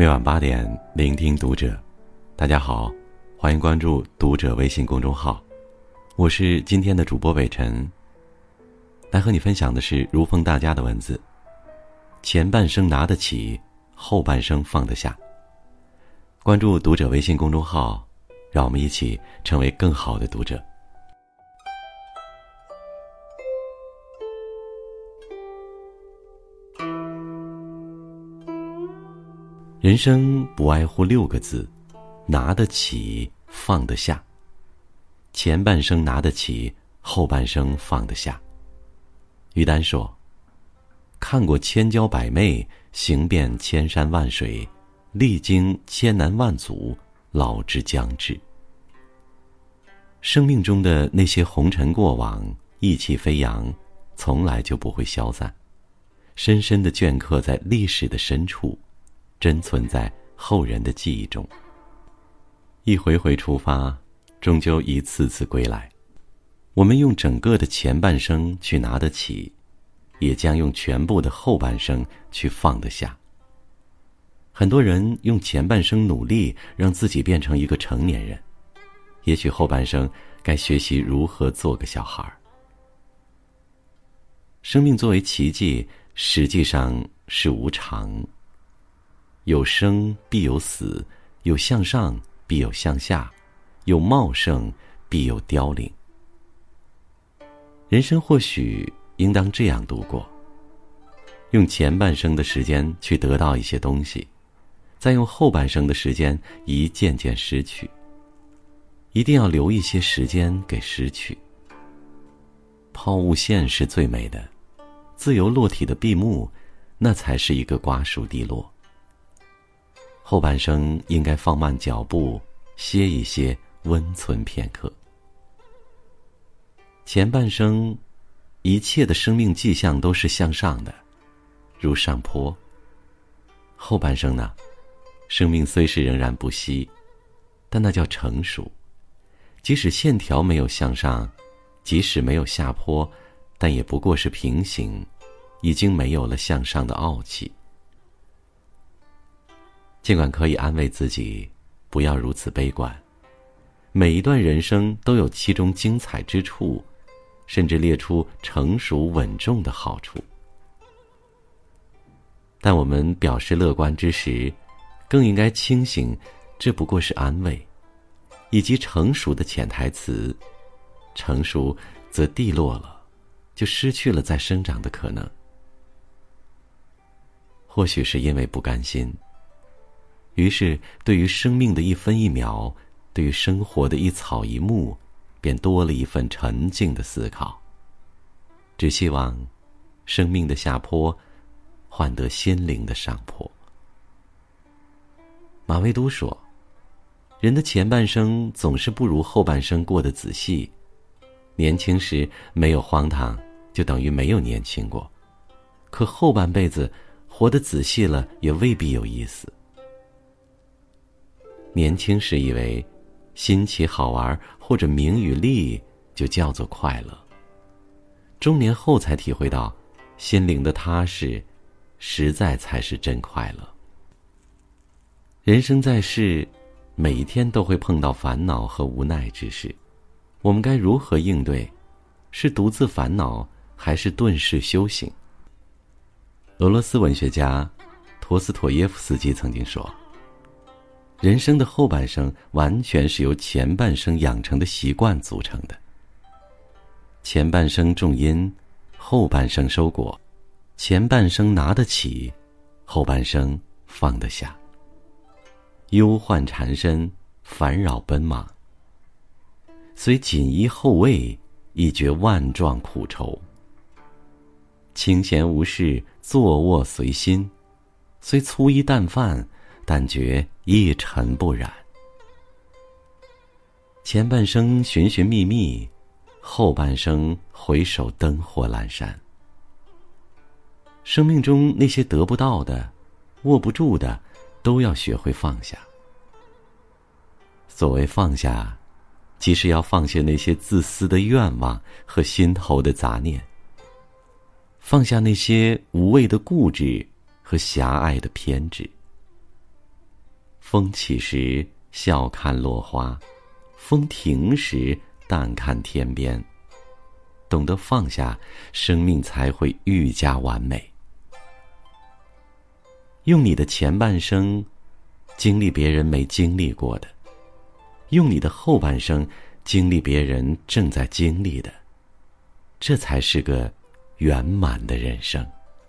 每晚8点，聆听读者。大家好，欢迎关注读者微信公众号，我是今天的主播伟晨。来和你分享的是如风大家的文字。前半生拿得起，后半生放得下。关注读者微信公众号，让我们一起成为更好的读者。人生不外乎6个字：拿得起，放得下。前半生拿得起，后半生放得下。于丹说，看过千娇百媚，行遍千山万水，历经千难万阻，老之将至。生命中的那些红尘过往，意气飞扬，从来就不会消散，深深地镌刻在历史的深处，珍存在后人的记忆中。一回回出发，终究一次次归来。我们用整个的前半生去拿得起，也将用全部的后半生去放得下。很多人用前半生努力让自己变成一个成年人，也许后半生该学习如何做个小孩。生命作为奇迹，实际上是无常。有生必有死，有向上必有向下，有茂盛必有凋零。人生或许应当这样度过：用前半生的时间去得到一些东西，再用后半生的时间一件件失去。一定要留一些时间给失去。抛物线是最美的，自由落体的闭幕，那才是一个瓜熟蒂落。后半生应该放慢脚步，歇一歇，温存片刻。前半生，一切的生命迹象都是向上的，如上坡。后半生呢，生命虽是仍然不息，但那叫成熟。即使线条没有向上，即使没有下坡，但也不过是平行，已经没有了向上的傲气。尽管可以安慰自己，不要如此悲观。每一段人生都有其中精彩之处，甚至列出成熟稳重的好处。但我们表示乐观之时，更应该清醒，这不过是安慰，以及成熟的潜台词。成熟则地落了，就失去了再生长的可能。或许是因为不甘心，于是对于生命的一分一秒，对于生活的一草一木，便多了一份沉静的思考。只希望生命的下坡换得心灵的上坡。马未都说，人的前半生总是不如后半生过得仔细。年轻时没有荒唐，就等于没有年轻过，可后半辈子活得仔细了，也未必有意思。年轻时以为新奇好玩或者名与利就叫做快乐，中年后才体会到心灵的踏实实在才是真快乐。人生在世，每一天都会碰到烦恼和无奈之事，我们该如何应对？是独自烦恼，还是顿世修行？俄罗斯文学家陀思妥耶夫斯基曾经说，人生的后半生完全是由前半生养成的习惯组成的。前半生种因，后半生收果。前半生拿得起，后半生放得下。忧患缠身，烦扰奔忙，虽锦衣后卫，亦觉万状苦愁。清闲无事，坐卧随心，虽粗衣淡饭，但觉一尘不染。前半生寻寻觅觅，后半生回首灯火阑珊。生命中那些得不到的，握不住的，都要学会放下。所谓放下，即是要放下那些自私的愿望和心头的杂念，放下那些无谓的固执和狭隘的偏执。 风起时笑看落花，风停时淡看天边。懂得放下，生命才会愈加完美。用你的前半生经历别人没经历过的，用你的后半生经历别人正在经历的，这才是个圆满的人生。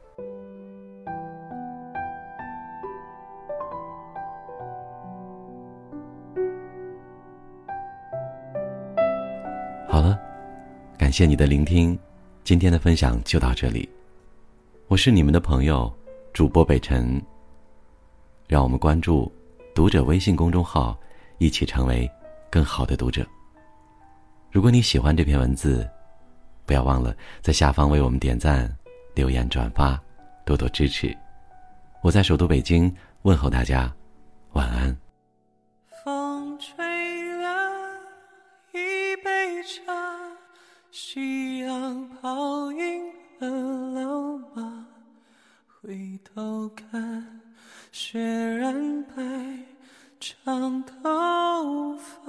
好了，感谢你的聆听，今天的分享就到这里。我是你们的朋友主播北辰，让我们关注读者微信公众号，一起成为更好的读者。如果你喜欢这篇文字，不要忘了在下方为我们点赞、留言、转发，多多支持。我在首都北京问候大家，晚安。 风吹了一杯茶，夕阳泡晕了老马，回头看雪染白长头发。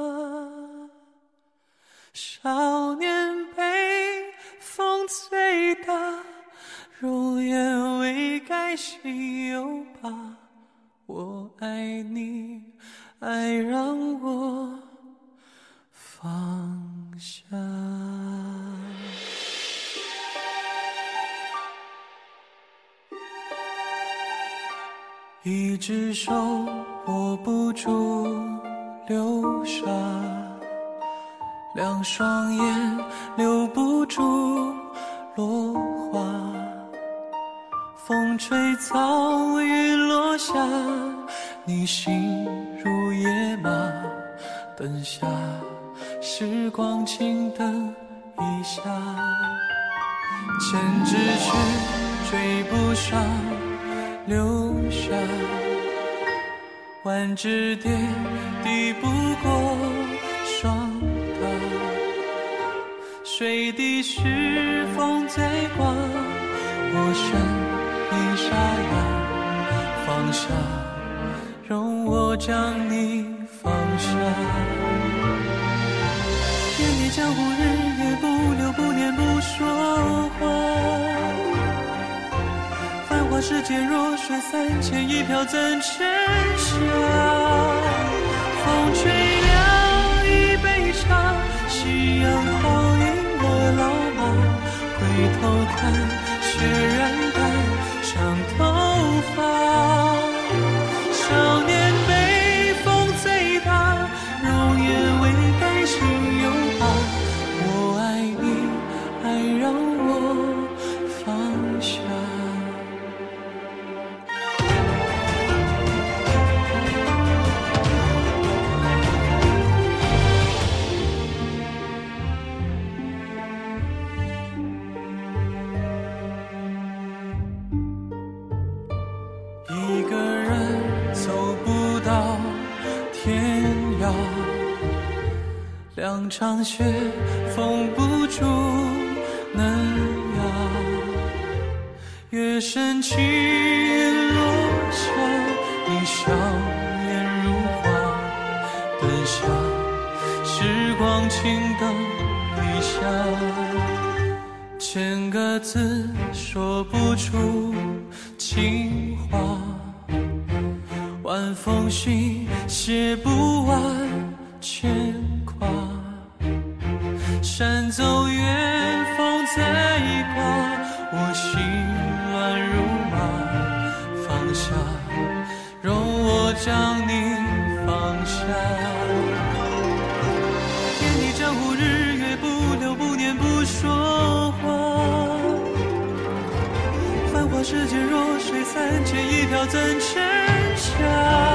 少年被风吹大，容颜未改心有疤。我爱你，爱让我放下。一只手握不住流沙，两双眼留不住落花。风吹草雨落下，你心如野马，等下时光轻等一下。千只却追不上留下，万只蝶抵不过霜打。水滴时风在刮，我身一沙哑，放下，容我将你放下。愿你江湖日月不留不念不说话，繁华世界若水三千，一瓢怎盛下？风吹了一杯茶，夕阳泡晕了老马，回头看雪染白长头发。少年被风吹大，容颜未改心有疤。我爱你，爱让我放下。一个人走不到天涯，两场雪封不住嫩芽。月升起云落下，你笑颜如花，等下时光轻等一下。千个字说不出情话，晚风信写不完牵挂。山走远，风在刮，我心乱如麻。放下，容我将你放下。愿你江湖日月不留不念不说话。繁华世界若水三千，一瓢怎盛下？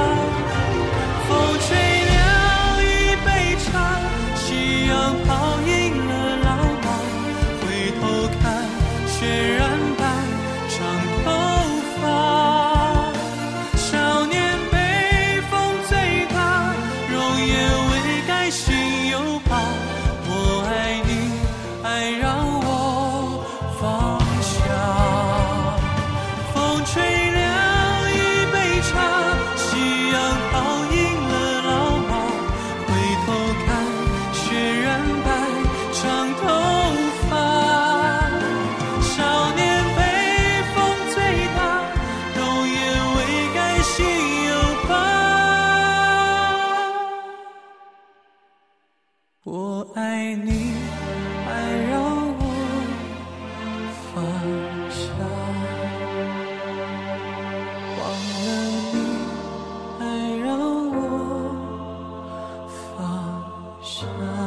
风吹了一杯茶，夕阳泡晕了老马。回头看雪染白长头发。少年被风吹大，容颜未改心有疤。我爱你，爱让我放下。风吹了一杯茶，夕阳我爱你，爱让我放下，忘了你，爱让我放下。